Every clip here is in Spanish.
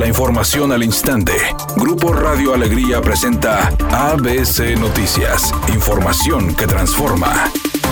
La información al instante. Grupo Radio Alegría presenta ABC Noticias. Información que transforma.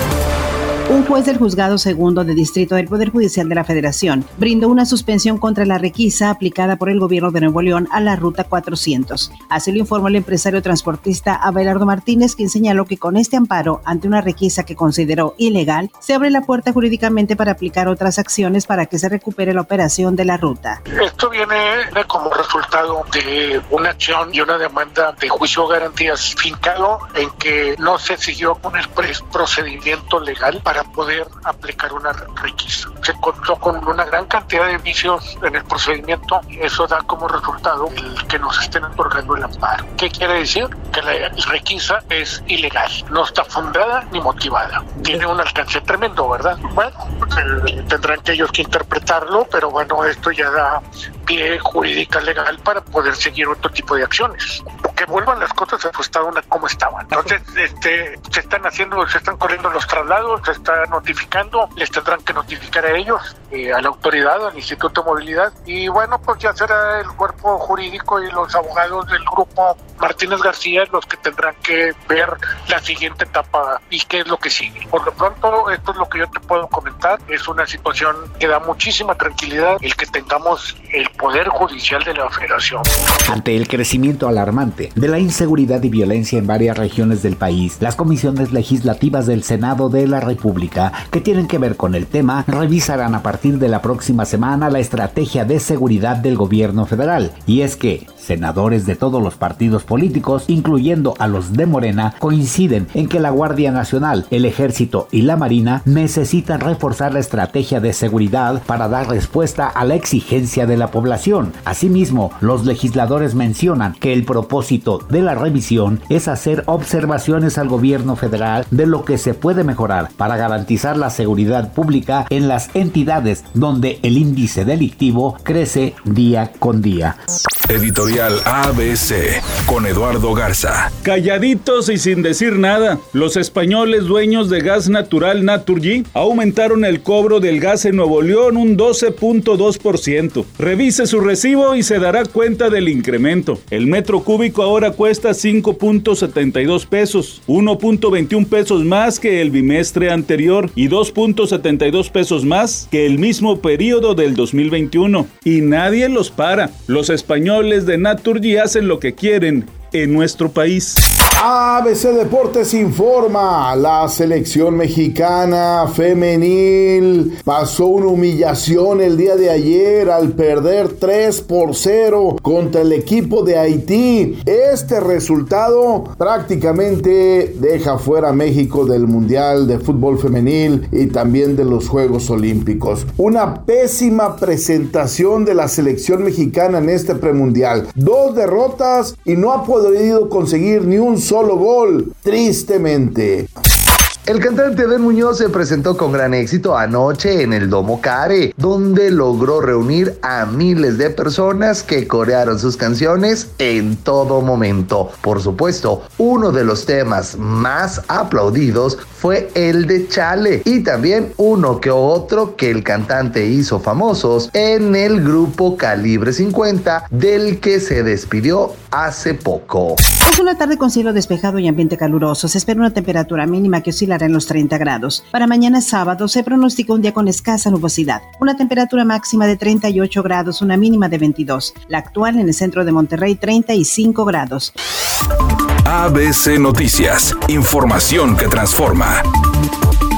Un juez del Juzgado Segundo de Distrito del Poder Judicial de la Federación brindó una suspensión contra la requisa aplicada por el gobierno de Nuevo León a la Ruta 400. Así lo informó el empresario transportista Abelardo Martínez, quien señaló que con este amparo ante una requisa que consideró ilegal, se abre la puerta jurídicamente para aplicar otras acciones para que se recupere la operación de la ruta. Esto viene como resultado de una acción y una demanda de juicio de garantías fincado en que no se siguió con el procedimiento legal para poder aplicar una requisa. Se encontró con una gran cantidad de vicios en el procedimiento y eso da como resultado el que nos estén otorgando el amparo. ¿Qué quiere decir? Que la requisa es ilegal, no está fundada ni motivada. Tiene un alcance tremendo, ¿verdad? Bueno, tendrán que ellos que interpretarlo, pero bueno, esto ya da pie jurídica legal para poder seguir otro tipo de acciones. Que vuelvan las cosas a su estado como estaban. Entonces, se están corriendo los traslados, se está notificando, les tendrán que notificar a ellos, a la autoridad, al Instituto de Movilidad, y bueno, pues ya será el cuerpo jurídico y los abogados del grupo Martínez García los que tendrán que ver la siguiente etapa y qué es lo que sigue. Por lo pronto, esto es lo que yo te puedo comentar. Es una situación que da muchísima tranquilidad el que tengamos el Poder Judicial de la Federación. Ante el crecimiento alarmante de la inseguridad y violencia en varias regiones del país, las comisiones legislativas del Senado de la República que tienen que ver con el tema revisarán a partir de la próxima semana la estrategia de seguridad del gobierno federal. Y es que senadores de todos los partidos políticos, incluyendo a los de Morena, coinciden en que la Guardia Nacional, el Ejército y la Marina necesitan reforzar la estrategia de seguridad para dar respuesta a la exigencia de la población. Asimismo, los legisladores mencionan que el propósito de la revisión es hacer observaciones al gobierno federal de lo que se puede mejorar para garantizar la seguridad pública en las entidades donde el índice delictivo crece día con día. Editorial ABC con Eduardo Garza. Calladitos y sin decir nada, los españoles dueños de gas natural Naturgy aumentaron el cobro del gas en Nuevo León un 12.2%. Revise su recibo y se dará cuenta del incremento. El metro cúbico ahora cuesta 5.72 pesos, 1.21 pesos más que el bimestre anterior y 2.72 pesos más que el mismo periodo del 2021. Y nadie los para. Los españoles de Naturgy hacen lo que quieren en nuestro país. ABC Deportes informa, la selección mexicana femenil pasó una humillación el día de ayer al perder 3-0 contra el equipo de Haití. Este resultado prácticamente deja fuera a México del Mundial de Fútbol Femenil y también de los Juegos Olímpicos. Una pésima presentación de la selección mexicana en este premundial. 2 derrotas y no ha podido conseguir ni un solo gol, tristemente. El cantante Adel Muñoz se presentó con gran éxito anoche en el Domo Care, donde logró reunir a miles de personas que corearon sus canciones en todo momento. Por supuesto, uno de los temas más aplaudidos fue el de Chale, y también uno que otro que el cantante hizo famosos en el grupo Calibre 50, del que se despidió hace poco. Es una tarde con cielo despejado y ambiente caluroso. Se espera una temperatura mínima que oscilará en los 30 grados. Para mañana sábado se pronostica un día con escasa nubosidad. Una temperatura máxima de 38 grados, una mínima de 22. La actual en el centro de Monterrey, 35 grados. ABC Noticias. Información que transforma.